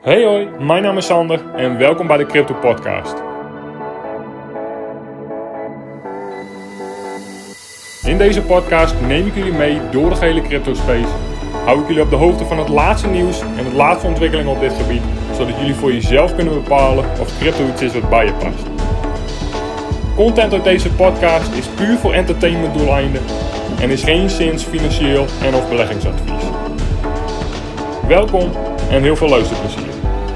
Hey hoi, mijn naam is Sander en welkom bij de Crypto Podcast. In deze podcast neem ik jullie mee door de gehele crypto space. Hou ik jullie op de hoogte van het laatste nieuws en de laatste ontwikkelingen op dit gebied, zodat jullie voor jezelf kunnen bepalen of crypto iets is wat bij je past. Content uit deze podcast is puur voor entertainment doeleinden en is geen zins financieel en of beleggingsadvies. Welkom en heel veel luisterplezier.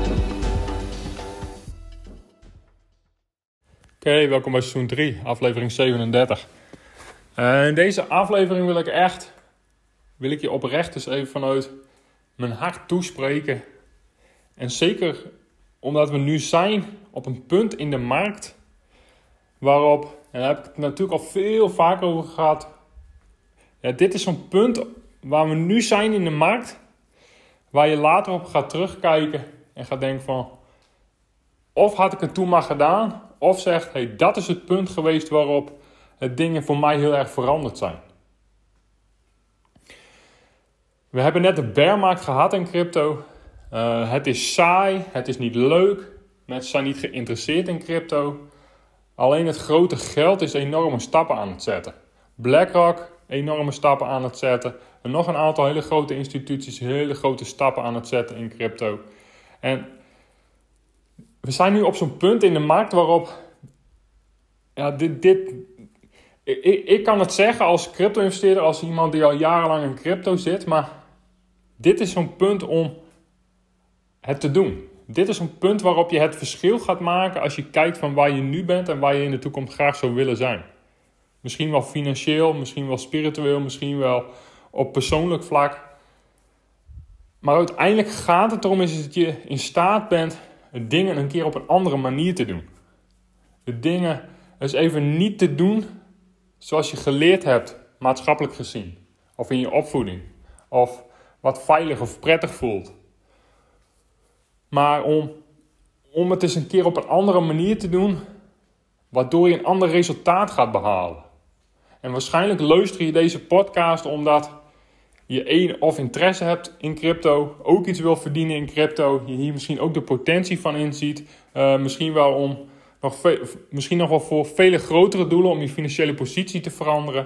Oké, welkom bij seizoen 3, aflevering 37. In deze aflevering wil ik je oprecht eens even vanuit mijn hart toespreken. En zeker omdat we nu zijn op een punt in de markt waarop, en daar heb ik het natuurlijk al veel vaker over gehad. Ja, dit is zo'n punt waar we nu zijn in de markt, waar je later op gaat terugkijken en gaat denken van, of had ik het toen maar gedaan, of zegt, hey, dat is het punt geweest waarop het dingen voor mij heel erg veranderd zijn. We hebben net de bearmarkt gehad in crypto. Het is saai, het is niet leuk. Mensen zijn niet geïnteresseerd in crypto. Alleen het grote geld is enorme stappen aan het zetten. BlackRock enorme stappen aan het zetten. En nog een aantal hele grote instituties hele grote stappen aan het zetten in crypto. En we zijn nu op zo'n punt in de markt waarop, ja, ik kan het zeggen als crypto-investeerder, als iemand die al jarenlang in crypto zit, maar dit is zo'n punt om het te doen. Dit is een punt waarop je het verschil gaat maken als je kijkt van waar je nu bent en waar je in de toekomst graag zou willen zijn. Misschien wel financieel, misschien wel spiritueel, misschien wel op persoonlijk vlak. Maar uiteindelijk gaat het erom is dat je in staat bent dingen een keer op een andere manier te doen. De dingen eens even niet te doen zoals je geleerd hebt, maatschappelijk gezien. Of in je opvoeding. Of wat veilig of prettig voelt. Maar om het eens een keer op een andere manier te doen, waardoor je een ander resultaat gaat behalen. En waarschijnlijk luister je deze podcast omdat je of interesse hebt in crypto, ook iets wil verdienen in crypto, je hier misschien ook de potentie van inziet, misschien nog wel voor vele grotere doelen om je financiële positie te veranderen.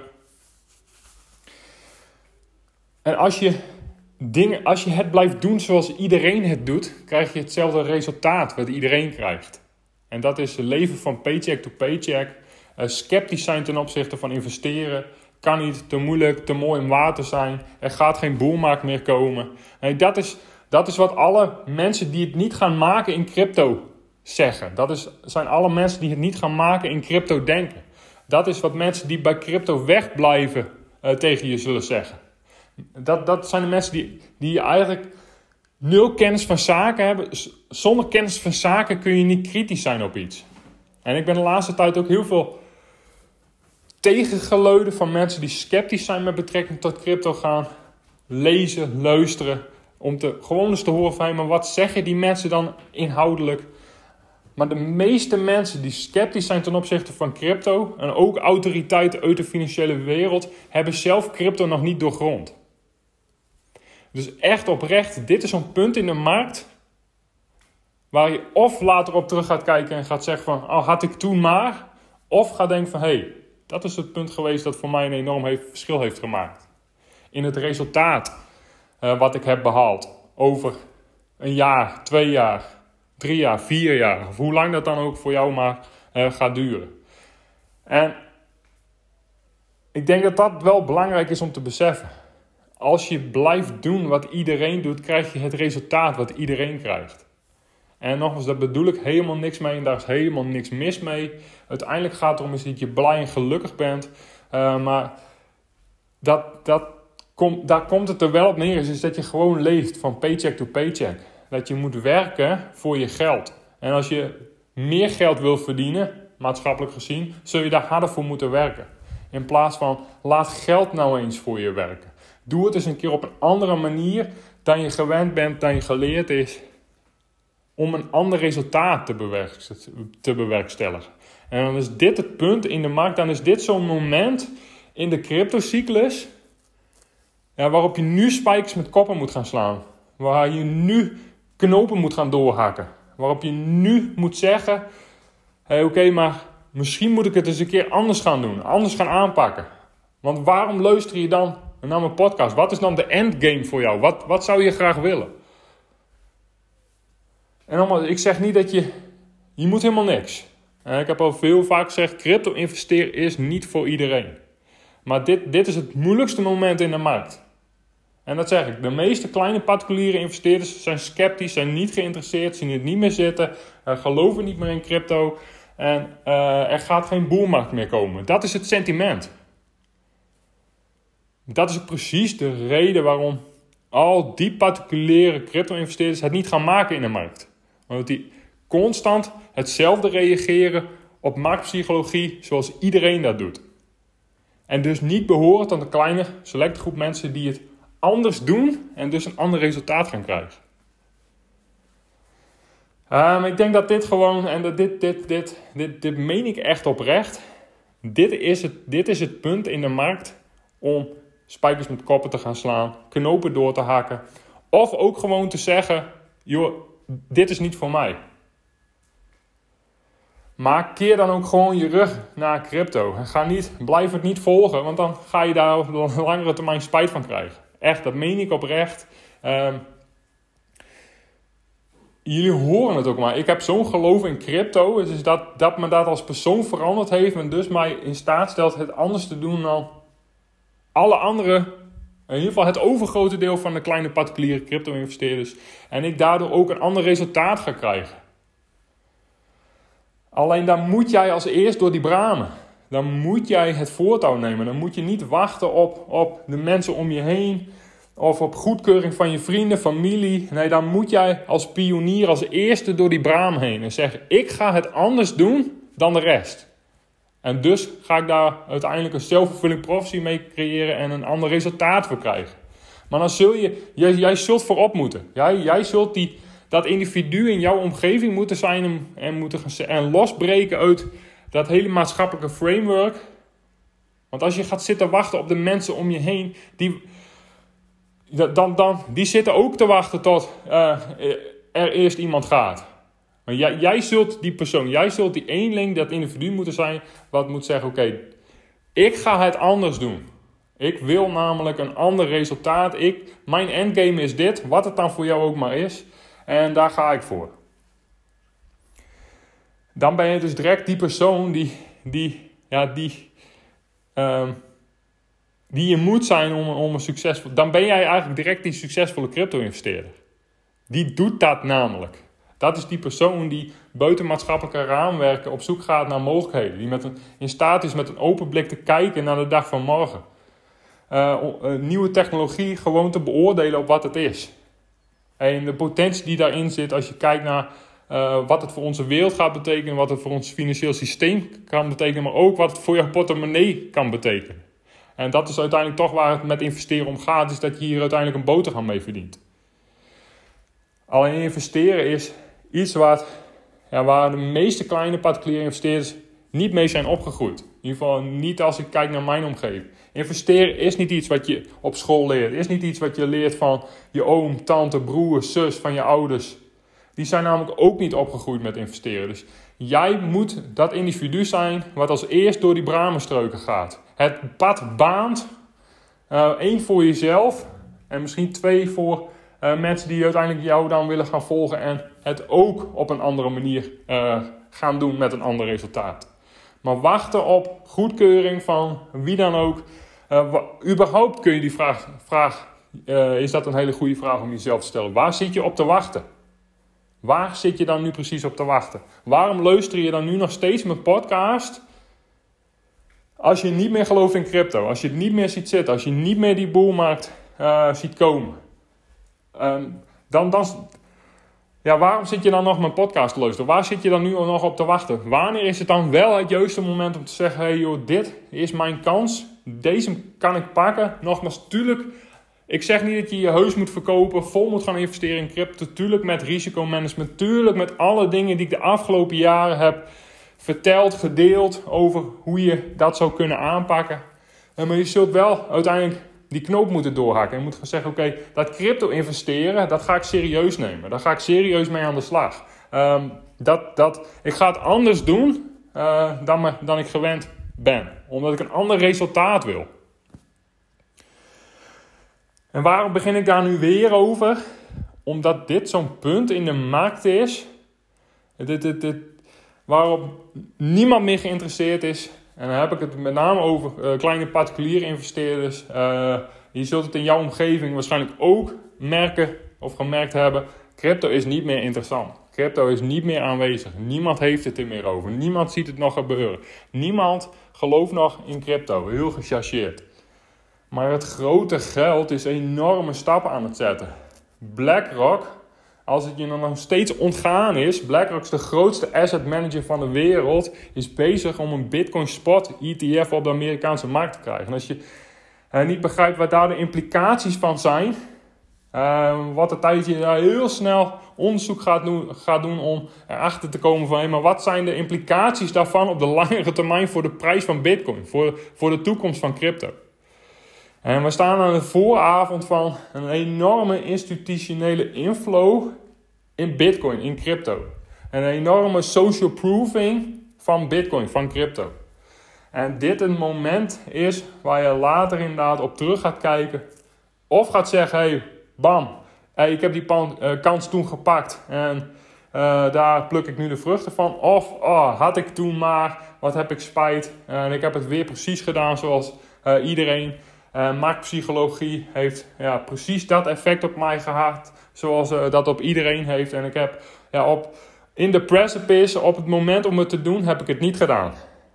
En als je het blijft doen zoals iedereen het doet, krijg je hetzelfde resultaat wat iedereen krijgt. En dat is leven van paycheck to paycheck, sceptisch zijn ten opzichte van investeren. Kan niet, te moeilijk, te mooi om waar te zijn. Er gaat geen boelmarkt meer komen. Nee, dat is wat alle mensen die het niet gaan maken in crypto zeggen. Zijn alle mensen die het niet gaan maken in crypto denken. Dat is wat mensen die bij crypto wegblijven tegen je zullen zeggen. Dat zijn de mensen die eigenlijk nul kennis van zaken hebben. Zonder kennis van zaken kun je niet kritisch zijn op iets. En ik ben de laatste tijd ook heel veel tegengeluiden van mensen die sceptisch zijn met betrekking tot crypto gaan lezen, luisteren. Om gewoon eens te horen van, hey, maar wat zeggen die mensen dan inhoudelijk? Maar de meeste mensen die sceptisch zijn ten opzichte van crypto, en ook autoriteiten uit de financiële wereld, hebben zelf crypto nog niet doorgrond. Dus echt oprecht, dit is zo'n punt in de markt waar je of later op terug gaat kijken en gaat zeggen van, oh, had ik toen maar. Of gaat denken van, hey, dat is het punt geweest dat voor mij een enorm verschil heeft gemaakt. In het resultaat wat ik heb behaald over een jaar, 2 jaar, 3 jaar, 4 jaar. Of hoe lang dat dan ook voor jou maar gaat duren. En ik denk dat dat wel belangrijk is om te beseffen. Als je blijft doen wat iedereen doet, krijg je het resultaat wat iedereen krijgt. En nogmaals, daar bedoel ik helemaal niks mee en daar is helemaal niks mis mee. Uiteindelijk gaat het erom dat je blij en gelukkig bent. Maar daar komt het er wel op neer, is dat je gewoon leeft van paycheck to paycheck. Dat je moet werken voor je geld. En als je meer geld wil verdienen, maatschappelijk gezien, zul je daar harder voor moeten werken. In plaats van, laat geld nou eens voor je werken. Doe het eens een keer op een andere manier dan je gewend bent, dan je geleerd is, om een ander resultaat te bewerkstelligen. En dan is dit het punt in de markt, dan is dit zo'n moment in de cryptocyclus, waarop je nu spijkers met koppen moet gaan slaan. Waar je nu knopen moet gaan doorhakken. Waarop je nu moet zeggen, oké, maar misschien moet ik het eens een keer anders gaan doen. Anders gaan aanpakken. Want waarom luister je dan naar mijn podcast? Wat is dan de endgame voor jou? Wat zou je graag willen? En allemaal, ik zeg niet dat je moet helemaal niks. Ik heb al veel vaak gezegd, crypto investeren is niet voor iedereen. Maar dit is het moeilijkste moment in de markt. En dat zeg ik, de meeste kleine particuliere investeerders zijn sceptisch, zijn niet geïnteresseerd, zien het niet meer zitten, geloven niet meer in crypto en er gaat geen boelmarkt meer komen. Dat is het sentiment. Dat is precies de reden waarom al die particuliere crypto-investeerders het niet gaan maken in de markt. Omdat die constant hetzelfde reageren op marktpsychologie zoals iedereen dat doet. En dus niet behoren tot een kleine selecte groep mensen die het anders doen en dus een ander resultaat gaan krijgen. Ik denk dat dit gewoon, en dit meen ik echt oprecht, dit is het punt in de markt om spijkers met koppen te gaan slaan, knopen door te hakken, of ook gewoon te zeggen, joh, dit is niet voor mij. Maar keer dan ook gewoon je rug naar crypto. Blijf het niet volgen, want dan ga je daar op de langere termijn spijt van krijgen. Echt, dat meen ik oprecht. Jullie horen het ook maar. Ik heb zo'n geloof in crypto. Het is dat me dat als persoon veranderd heeft en dus mij in staat stelt het anders te doen dan alle andere, in ieder geval het overgrote deel van de kleine particuliere crypto-investeerders. En ik daardoor ook een ander resultaat ga krijgen. Alleen dan moet jij als eerst door die bramen. Dan moet jij het voortouw nemen. Dan moet je niet wachten op de mensen om je heen. Of op goedkeuring van je vrienden, familie. Nee, dan moet jij als pionier als eerste door die braam heen. En zeggen, ik ga het anders doen dan de rest. En dus ga ik daar uiteindelijk een self-fulfilling prophecy mee creëren en een ander resultaat voor krijgen. Maar dan zul jij zult voorop moeten. Jij zult dat individu in jouw omgeving moeten zijn en losbreken uit dat hele maatschappelijke framework. Want als je gaat zitten wachten op de mensen om je heen, die zitten ook te wachten tot er eerst iemand gaat. Maar jij zult die persoon, jij zult die eenling, dat individu moeten zijn, wat moet zeggen, oké, ik ga het anders doen. Ik wil namelijk een ander resultaat. Mijn endgame is dit, wat het dan voor jou ook maar is. En daar ga ik voor. Dan ben je dus direct die persoon die je moet zijn om een succesvol. Dan ben jij eigenlijk direct die succesvolle crypto-investeerder. Die doet dat namelijk. Dat is die persoon die buiten maatschappelijke raamwerken op zoek gaat naar mogelijkheden. Die in staat is met een open blik te kijken naar de dag van morgen. Nieuwe technologie gewoon te beoordelen op wat het is. En de potentie die daarin zit als je kijkt naar wat het voor onze wereld gaat betekenen. Wat het voor ons financieel systeem kan betekenen. Maar ook wat het voor jouw portemonnee kan betekenen. En dat is uiteindelijk toch waar het met investeren om gaat. Is dat je hier uiteindelijk een boterham mee verdient. Alleen investeren is iets waar de meeste kleine particuliere investeerders niet mee zijn opgegroeid. In ieder geval niet als ik kijk naar mijn omgeving. Investeren is niet iets wat je op school leert. Is niet iets wat je leert van je oom, tante, broer, zus, van je ouders. Die zijn namelijk ook niet opgegroeid met investeren. Dus jij moet dat individu zijn wat als eerst door die bramenstreuken gaat. Het pad baant. 1 voor jezelf. En misschien 2 voor mensen die uiteindelijk jou dan willen gaan volgen. En het ook op een andere manier gaan doen met een ander resultaat. Maar wachten op goedkeuring van wie dan ook. Überhaupt kun je die vraag is dat een hele goede vraag om jezelf te stellen. Waar zit je op te wachten? Waar zit je dan nu precies op te wachten? Waarom luister je dan nu nog steeds mijn podcast? Als je niet meer gelooft in crypto. Als je het niet meer ziet zitten. Als je niet meer die boelmarkt ziet komen. Waarom zit je dan nog mijn podcast te luisteren? Waar zit je dan nu nog op te wachten? Wanneer is het dan wel het juiste moment om te zeggen... Hey joh, dit is mijn kans. Deze kan ik pakken. Nogmaals, tuurlijk... Ik zeg niet dat je je huis moet verkopen, vol moet gaan investeren in crypto. Tuurlijk met risicomanagement. Tuurlijk met alle dingen die ik de afgelopen jaren heb verteld, gedeeld... over hoe je dat zou kunnen aanpakken. Maar je zult wel uiteindelijk die knoop moeten doorhakken. Je moet gaan zeggen, oké, dat crypto investeren, dat ga ik serieus nemen. Daar ga ik serieus mee aan de slag. Ik ga het anders doen dan ik gewend ben. Omdat ik een ander resultaat wil. En waarom begin ik daar nu weer over? Omdat dit zo'n punt in de markt is. Waarop niemand meer geïnteresseerd is. En dan heb ik het met name over kleine particuliere investeerders. Je zult het in jouw omgeving waarschijnlijk ook merken of gemerkt hebben. Crypto is niet meer interessant. Crypto is niet meer aanwezig. Niemand heeft het er meer over. Niemand ziet het nog gebeuren. Niemand gelooft nog in crypto. Heel gechargeerd. Maar het grote geld is enorme stappen aan het zetten. BlackRock, als het je nog steeds ontgaan is, BlackRock is de grootste asset manager van de wereld, is bezig om een Bitcoin spot ETF op de Amerikaanse markt te krijgen. En als je niet begrijpt wat daar de implicaties van zijn, wat een tijdje daar heel snel onderzoek gaat doen om erachter te komen van, maar wat zijn de implicaties daarvan op de langere termijn voor de prijs van Bitcoin, voor de toekomst van crypto. En we staan aan de vooravond van een enorme institutionele inflow in Bitcoin, in crypto. Een enorme social proofing van Bitcoin, van crypto. En dit een moment is waar je later inderdaad op terug gaat kijken. Of gaat zeggen, hey, bam, ik heb die kans toen gepakt. En daar pluk ik nu de vruchten van. Of, had ik toen maar, wat heb ik spijt. En ik heb het weer precies gedaan zoals iedereen. Marktpsychologie heeft precies dat effect op mij gehad. Zoals dat op iedereen heeft. En ik heb in de precipice, op het moment om het te doen, heb ik het niet gedaan.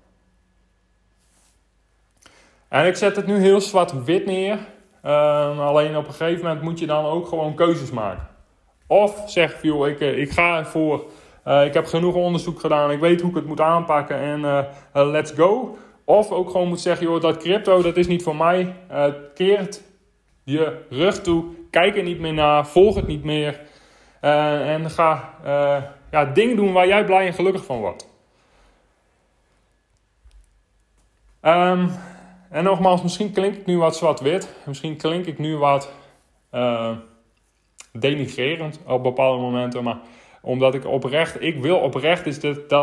En ik zet het nu heel zwart-wit neer. Alleen op een gegeven moment moet je dan ook gewoon keuzes maken. Of zeg, joh, ik ga ervoor. Ik heb genoeg onderzoek gedaan. Ik weet hoe ik het moet aanpakken. En let's go. Of ook gewoon moet zeggen, joh, dat crypto, dat is niet voor mij. Keert je rug toe. Kijk er niet meer naar. Volg het niet meer. En ga dingen doen waar jij blij en gelukkig van wordt. En nogmaals, misschien klink ik nu wat zwart-wit. Misschien klink ik nu wat denigrerend op bepaalde momenten. Maar omdat ik wil oprecht is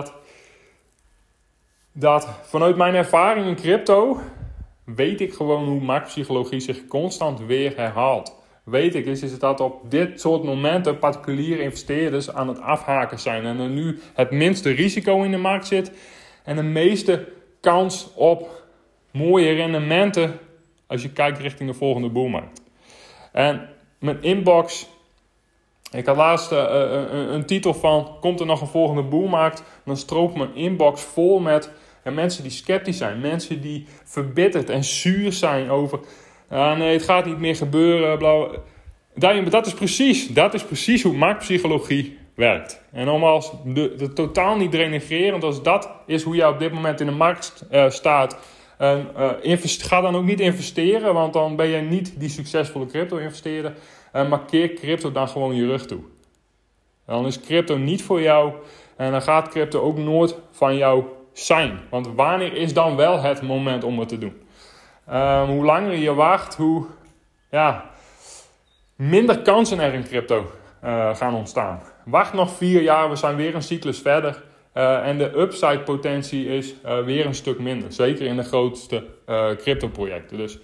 dat vanuit mijn ervaring in crypto weet ik gewoon hoe marktpsychologie zich constant weer herhaalt. Weet ik is dat op dit soort momenten particuliere investeerders aan het afhaken zijn. En er nu het minste risico in de markt zit. En de meeste kans op mooie rendementen als je kijkt richting de volgende boelmarkt. En mijn inbox, ik had laatst een titel van, komt er nog een volgende boelmarkt? Dan stroopt mijn inbox vol met mensen die sceptisch zijn. Mensen die verbitterd en zuur zijn over, nee, het gaat niet meer gebeuren. Bla. Dat is precies hoe marktpsychologie werkt. En nogmaals, de totaal niet denigrerend, als dat is hoe jij op dit moment in de markt staat. Ga dan ook niet investeren, want dan ben je niet die succesvolle crypto-investeerder. Maar keer crypto dan gewoon je rug toe. Dan is crypto niet voor jou en dan gaat crypto ook nooit van jou zijn. Want wanneer is dan wel het moment om het te doen? Hoe langer je wacht, hoe minder kansen er in crypto gaan ontstaan. Wacht nog 4 jaar, we zijn weer een cyclus verder. En de upside potentie is weer een stuk minder. Zeker in de grootste crypto projecten. Dus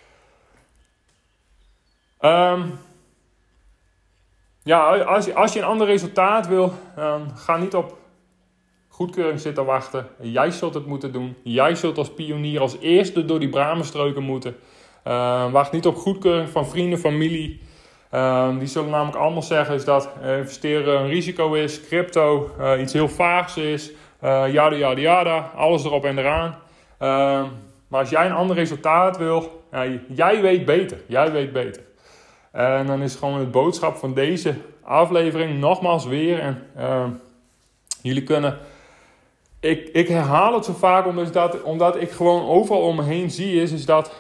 als je een ander resultaat wil, ga niet op goedkeuring zitten wachten. Jij zult het moeten doen. Jij zult als pionier als eerste door die bramenstreuken moeten. Wacht niet op goedkeuring van vrienden, familie. Die zullen namelijk allemaal zeggen is dat investeren een risico is, crypto iets heel vaags is, yada, alles erop en eraan. Maar als jij een ander resultaat wil, jij weet beter. En dan is gewoon het boodschap van deze aflevering nogmaals weer. En jullie kunnen, ik herhaal het zo vaak omdat ik gewoon overal om me heen zie is dat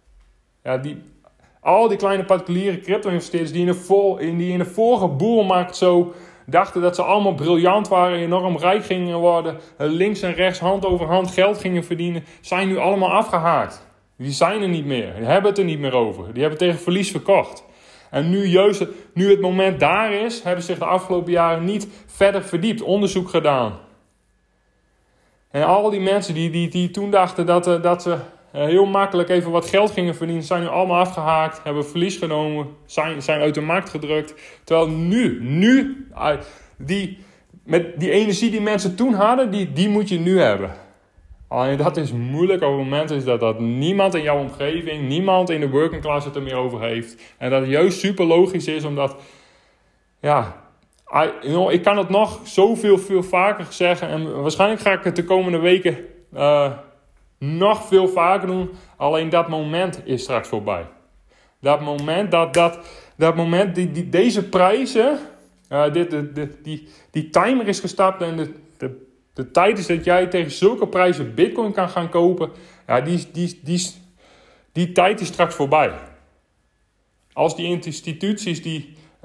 al die kleine particuliere crypto-investeerders die in de vorige boelmarkt zo dachten dat ze allemaal briljant waren, enorm rijk gingen worden, links en rechts, hand over hand geld gingen verdienen, zijn nu allemaal afgehaakt. Die zijn er niet meer. Die hebben het er niet meer over. Die hebben tegen verlies verkocht. En nu het moment daar is, hebben ze zich de afgelopen jaren niet verder verdiept. Onderzoek gedaan. En al die mensen die toen dachten dat ze heel makkelijk even wat geld gingen verdienen, zijn nu allemaal afgehaakt, hebben verlies genomen, zijn uit de markt gedrukt. Terwijl met die energie die mensen toen hadden, die moet je nu hebben. Alleen dat is moeilijk op het moment is dat niemand in jouw omgeving, niemand in de working class het er meer over heeft. En dat het juist super logisch is, omdat, ik kan het nog veel vaker zeggen. En waarschijnlijk ga ik het de komende weken nog veel vaker doen. Alleen dat moment is straks voorbij. Dat moment, deze prijzen, die timer is gestapt en de tijd is dat jij tegen zulke prijzen Bitcoin kan gaan kopen. Ja, die tijd is straks voorbij. Als die instituties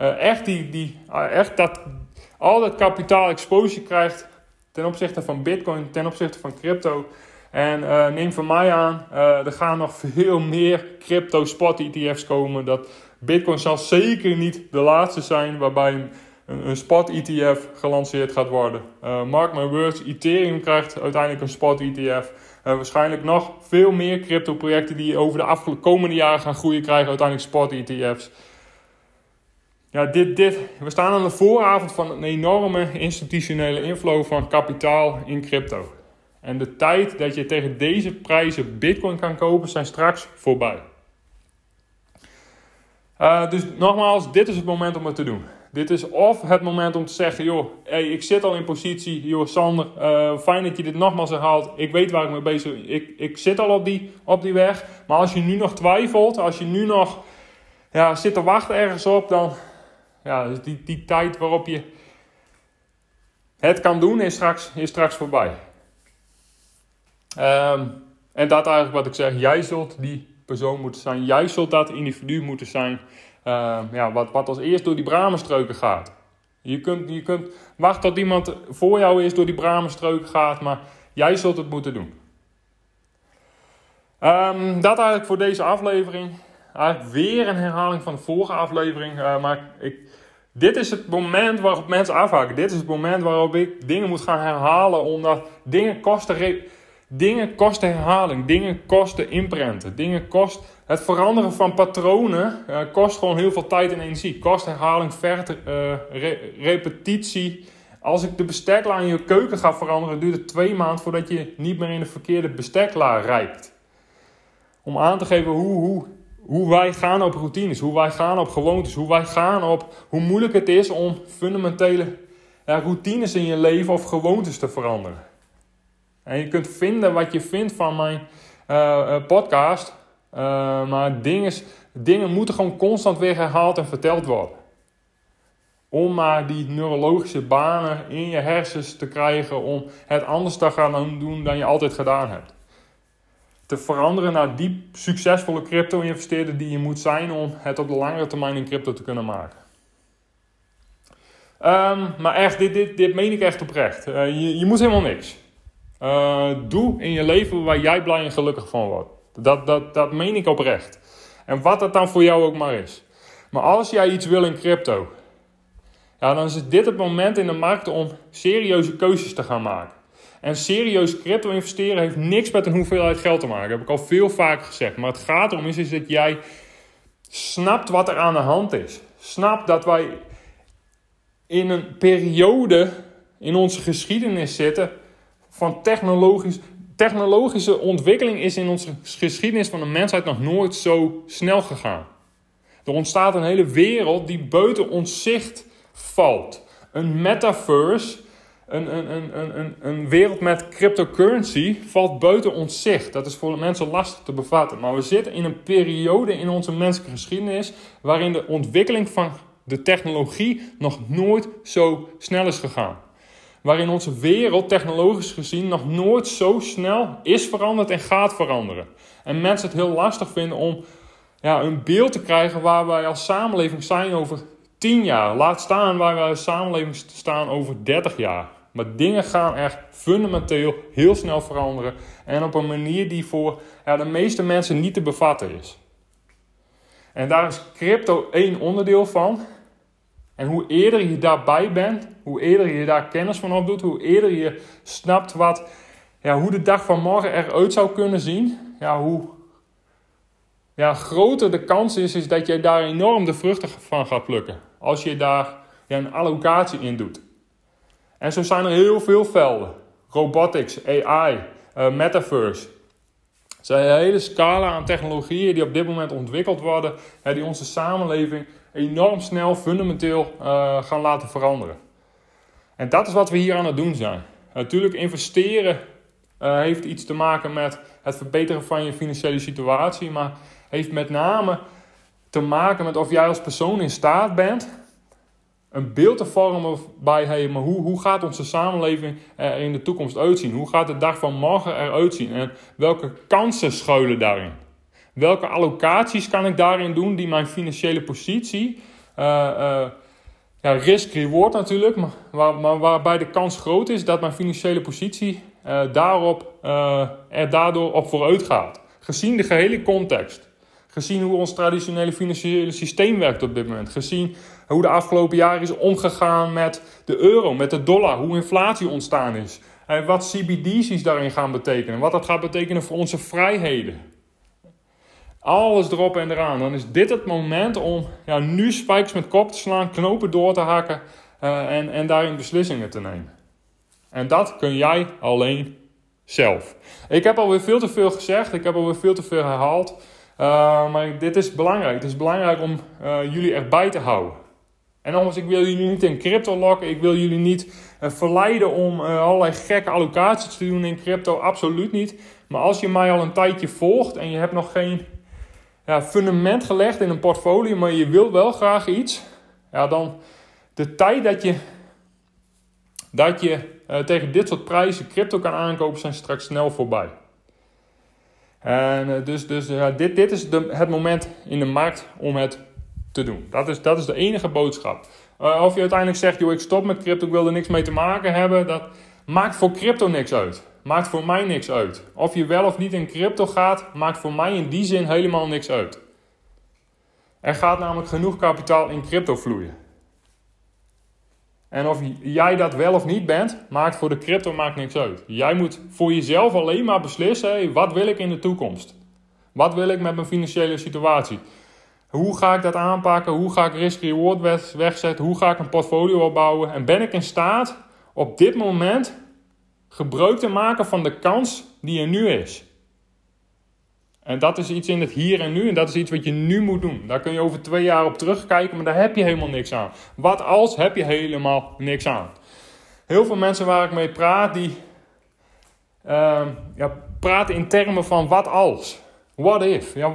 al dat kapitaal exposure krijgt ten opzichte van Bitcoin, ten opzichte van crypto. En neem van mij aan, er gaan nog veel meer crypto spot ETF's komen. Dat Bitcoin zal zeker niet de laatste zijn waarbij een spot ETF gelanceerd gaat worden. Mark my words, Ethereum krijgt uiteindelijk een spot ETF. Waarschijnlijk nog veel meer crypto projecten die over de komende jaren gaan groeien krijgen uiteindelijk spot ETF's. Ja, we staan aan de vooravond van een enorme institutionele inflow van kapitaal in crypto. En de tijd dat je tegen deze prijzen Bitcoin kan kopen zijn straks voorbij. Dus nogmaals, dit is het moment om het te doen. Dit is of het moment om te zeggen, joh, ik zit al in positie. Joh, Sander, fijn dat je dit nogmaals herhaalt. Ik weet waar ik mee bezig ben. Ik zit al op die weg. Maar als je nu nog twijfelt, als je nu nog zit te wachten ergens op, dan is die tijd waarop je het kan doen, is straks voorbij. En dat eigenlijk wat ik zeg, jij zult die persoon moeten zijn. Jij zult dat individu moeten zijn. Wat als eerst door die bramenstreuken gaat. Je kunt wachten tot iemand voor jou is door die bramenstreuken gaat, maar jij zult het moeten doen. Dat eigenlijk voor deze aflevering. Eigenlijk weer een herhaling van de vorige aflevering. Dit is het moment waarop mensen afhaken. Dit is het moment waarop ik dingen moet gaan herhalen, omdat dingen kosten herhaling, dingen kosten inprenten, het veranderen van patronen kost gewoon heel veel tijd en energie. Kost herhaling, repetitie. Als ik de besteklaar in je keuken ga veranderen, duurt het 2 maanden voordat je niet meer in de verkeerde besteklaar rijpt. Om aan te geven hoe wij gaan op routines, hoe wij gaan op gewoontes, hoe moeilijk het is om fundamentele routines in je leven of gewoontes te veranderen. En je kunt vinden wat je vindt van mijn podcast. Maar dingen moeten gewoon constant weer herhaald en verteld worden. Om maar die neurologische banen in je hersens te krijgen om het anders te gaan doen dan je altijd gedaan hebt. Te veranderen naar die succesvolle crypto-investeerder die je moet zijn om het op de langere termijn in crypto te kunnen maken. Maar echt, dit meen ik echt oprecht. Je moet helemaal niks. Doe in je leven waar jij blij en gelukkig van wordt. Dat meen ik oprecht. En wat dat dan voor jou ook maar is. Maar als jij iets wil in crypto, dan is dit het moment in de markt om serieuze keuzes te gaan maken. En serieus crypto investeren heeft niks met een hoeveelheid geld te maken. Dat heb ik al veel vaker gezegd. Maar het gaat erom is dat jij snapt wat er aan de hand is. Snap dat wij in een periode in onze geschiedenis zitten van technologische ontwikkeling is in onze geschiedenis van de mensheid nog nooit zo snel gegaan. Er ontstaat een hele wereld die buiten ons zicht valt. Een metaverse, een wereld met cryptocurrency valt buiten ons zicht. Dat is voor mensen lastig te bevatten. Maar we zitten in een periode in onze menselijke geschiedenis waarin de ontwikkeling van de technologie nog nooit zo snel is gegaan. Waarin onze wereld technologisch gezien nog nooit zo snel is veranderd en gaat veranderen. En mensen het heel lastig vinden om een beeld te krijgen waar wij als samenleving zijn over 10 jaar. Laat staan waar wij als samenleving staan over 30 jaar. Maar dingen gaan echt fundamenteel heel snel veranderen. En op een manier die voor de meeste mensen niet te bevatten is. En daar is crypto één onderdeel van. En hoe eerder je daarbij bent, hoe eerder je daar kennis van opdoet, hoe eerder je snapt hoe de dag van morgen eruit zou kunnen zien, hoe groter de kans is dat je daar enorm de vruchten van gaat plukken. Als je daar een allocatie in doet. En zo zijn er heel veel velden. Robotics, AI, metaverse. Er zijn een hele scala aan technologieën die op dit moment ontwikkeld worden. Die onze samenleving enorm snel, fundamenteel gaan laten veranderen. En dat is wat we hier aan het doen zijn. Natuurlijk investeren heeft iets te maken met het verbeteren van je financiële situatie. Maar heeft met name te maken met of jij als persoon in staat bent een beeld te vormen bij maar hoe gaat onze samenleving er in de toekomst uitzien? Hoe gaat de dag van morgen eruit zien? En welke kansen schuilen daarin? Welke allocaties kan ik daarin doen die mijn financiële positie, risk-reward natuurlijk, maar waarbij de kans groot is dat mijn financiële positie daardoor op vooruit gaat. Gezien de gehele context. Gezien hoe ons traditionele financiële systeem werkt op dit moment. Gezien hoe de afgelopen jaren is omgegaan met de euro, met de dollar. Hoe inflatie ontstaan is. En wat CBDC's daarin gaan betekenen. Wat dat gaat betekenen voor onze vrijheden. Alles erop en eraan. Dan is dit het moment om nu spijkers met kop te slaan. Knopen door te hakken. En daarin beslissingen te nemen. En dat kun jij alleen zelf. Ik heb alweer veel te veel gezegd. Ik heb alweer veel te veel herhaald. Maar dit is belangrijk. Het is belangrijk om jullie erbij te houden. En nogmaals, ik wil jullie niet in crypto lokken. Ik wil jullie niet verleiden om allerlei gekke allocaties te doen in crypto. Absoluut niet. Maar als je mij al een tijdje volgt en je hebt nog geen fundament gelegd in een portfolio, maar je wil wel graag iets. Dan de tijd dat je tegen dit soort prijzen crypto kan aankopen zijn straks snel voorbij. En dit is het moment in de markt om het te doen. Dat is de enige boodschap. Of je uiteindelijk zegt, joh, ik stop met crypto, ik wil er niks mee te maken hebben. Dat maakt voor crypto niks uit. Maakt voor mij niks uit. Of je wel of niet in crypto gaat, maakt voor mij in die zin helemaal niks uit. Er gaat namelijk genoeg kapitaal in crypto vloeien. En of jij dat wel of niet bent, maakt voor de crypto niks uit. Jij moet voor jezelf alleen maar beslissen, wat wil ik in de toekomst? Wat wil ik met mijn financiële situatie? Hoe ga ik dat aanpakken? Hoe ga ik risk-reward wegzetten? Hoe ga ik een portfolio opbouwen? En ben ik in staat op dit moment gebruik te maken van de kans die er nu is? En dat is iets in het hier en nu. En dat is iets wat je nu moet doen. Daar kun je over 2 jaar op terugkijken, maar daar heb je helemaal niks aan. Wat als heb je helemaal niks aan. Heel veel mensen waar ik mee praat, die praten in termen van wat als. What if? Ja,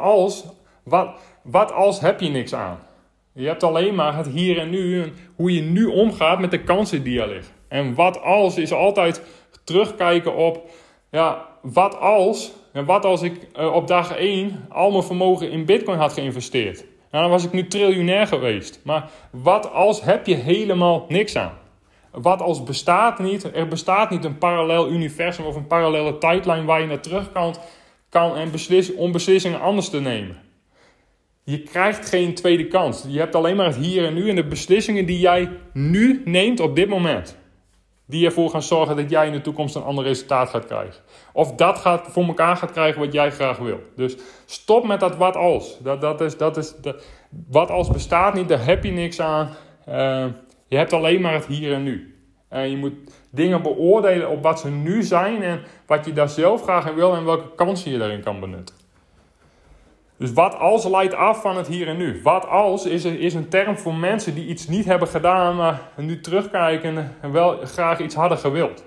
wat als heb je niks aan. Je hebt alleen maar het hier en nu. En hoe je nu omgaat met de kansen die er liggen. En wat als is altijd terugkijken op wat als. En wat als ik op dag 1 al mijn vermogen in Bitcoin had geïnvesteerd? Nou, dan was ik nu triljonair geweest. Maar wat als heb je helemaal niks aan? Wat als bestaat niet? Er bestaat niet een parallel universum of een parallele tijdlijn waar je naar terug kan en om beslissingen anders te nemen. Je krijgt geen tweede kans. Je hebt alleen maar het hier en nu en de beslissingen die jij nu neemt op dit moment. Die ervoor gaan zorgen dat jij in de toekomst een ander resultaat gaat krijgen. Of dat voor elkaar gaat krijgen wat jij graag wil. Dus stop met dat wat als. Wat als bestaat niet, daar heb je niks aan. Je hebt alleen maar het hier en nu. Je moet dingen beoordelen op wat ze nu zijn en wat je daar zelf graag in wil en welke kansen je daarin kan benutten. Dus wat als leidt af van het hier en nu. Wat als is een term voor mensen die iets niet hebben gedaan, maar nu terugkijken en wel graag iets hadden gewild.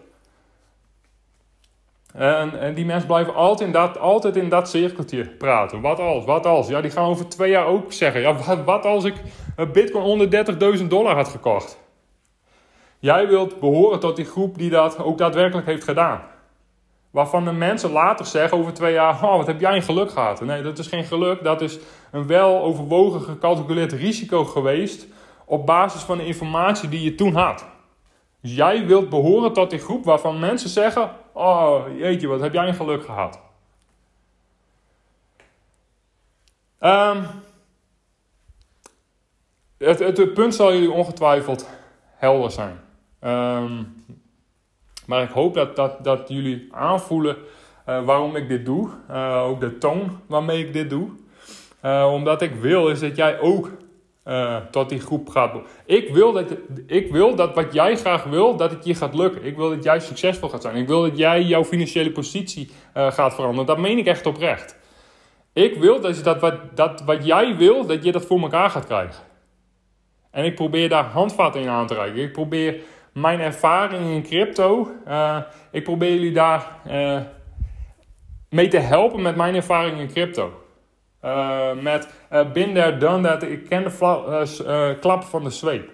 En die mensen blijven altijd in dat cirkeltje praten. Wat als? Ja, die gaan over 2 jaar ook zeggen. Ja, wat als ik Bitcoin onder $30.000 had gekocht? Jij wilt behoren tot die groep die dat ook daadwerkelijk heeft gedaan. Waarvan de mensen later zeggen over 2 jaar, wat heb jij een geluk gehad? Nee, dat is geen geluk. Dat is een wel overwogen gecalculeerd risico geweest op basis van de informatie die je toen had. Dus jij wilt behoren tot die groep waarvan mensen zeggen, oh jeetje, wat heb jij een geluk gehad. Het punt zal jullie ongetwijfeld helder zijn. Maar ik hoop dat jullie aanvoelen waarom ik dit doe. Ook de toon waarmee ik dit doe. Omdat ik wil is dat jij ook tot die groep gaat. Ik wil dat wat jij graag wil, dat het je gaat lukken. Ik wil dat jij succesvol gaat zijn. Ik wil dat jij jouw financiële positie gaat veranderen. Dat meen ik echt oprecht. Ik wil dat wat jij wil, dat je dat voor elkaar gaat krijgen. En ik probeer daar handvatten in aan te reiken. Ik probeer mijn ervaring in crypto. Ik probeer jullie daar mee te helpen met mijn ervaring in crypto. Met been there, done that. Ik ken de klap van de zweep.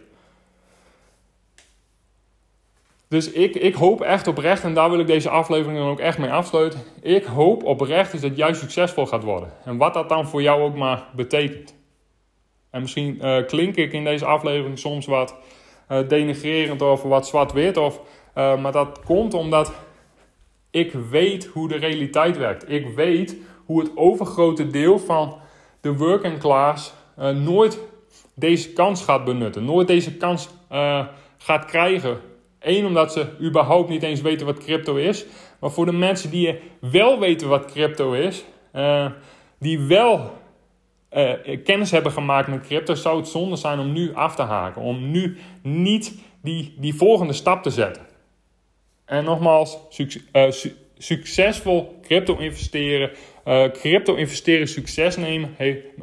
Dus ik hoop echt oprecht, en daar wil ik deze aflevering dan ook echt mee afsluiten. Ik hoop oprecht is dat jij succesvol gaat worden. En wat dat dan voor jou ook maar betekent. En misschien klink ik in deze aflevering soms wat denigrerend of wat zwart-wit. Maar dat komt omdat ik weet hoe de realiteit werkt. Ik weet hoe het overgrote deel van de working class nooit deze kans gaat benutten. Nooit deze kans gaat krijgen. Eén, omdat ze überhaupt niet eens weten wat crypto is. Maar voor de mensen die wel weten wat crypto is, die wel kennis hebben gemaakt met crypto, zou het zonde zijn om nu af te haken. Om nu niet die volgende stap te zetten. En nogmaals, succesvol crypto investeren. Crypto investeren, succes nemen.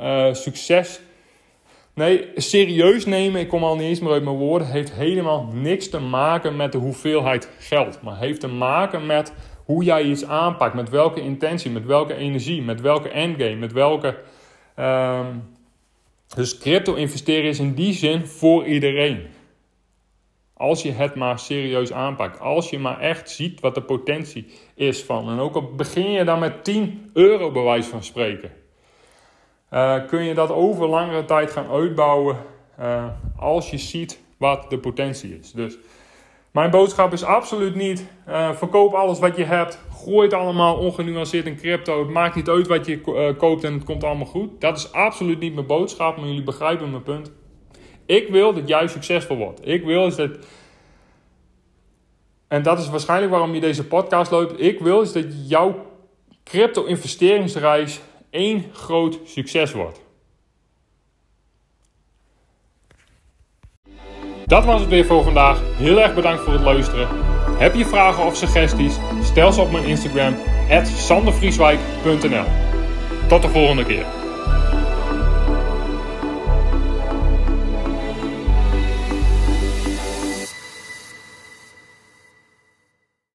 Serieus nemen, ik kom al niet eens meer uit mijn woorden, heeft helemaal niks te maken met de hoeveelheid geld. Maar heeft te maken met hoe jij iets aanpakt. Met welke intentie, met welke energie, met welke endgame, met welke... Dus crypto investeren is in die zin voor iedereen. Als je het maar serieus aanpakt. Als je maar echt ziet wat de potentie is van. En ook al begin je dan met 10 euro bij wijze van spreken. Kun je dat over langere tijd gaan uitbouwen. Als je ziet wat de potentie is. Dus mijn boodschap is absoluut niet. Verkoop alles wat je hebt. Gooi het allemaal ongenuanceerd in crypto. Het maakt niet uit wat je koopt en het komt allemaal goed. Dat is absoluut niet mijn boodschap. Maar jullie begrijpen mijn punt. Ik wil dat jij succesvol wordt. Ik wil is dat... En dat is waarschijnlijk waarom je deze podcast loopt. Ik wil is dat jouw crypto investeringsreis één groot succes wordt. Dat was het weer voor vandaag. Heel erg bedankt voor het luisteren. Heb je vragen of suggesties? Stel ze op mijn Instagram @sandervrieswijk.nl. Tot de volgende keer.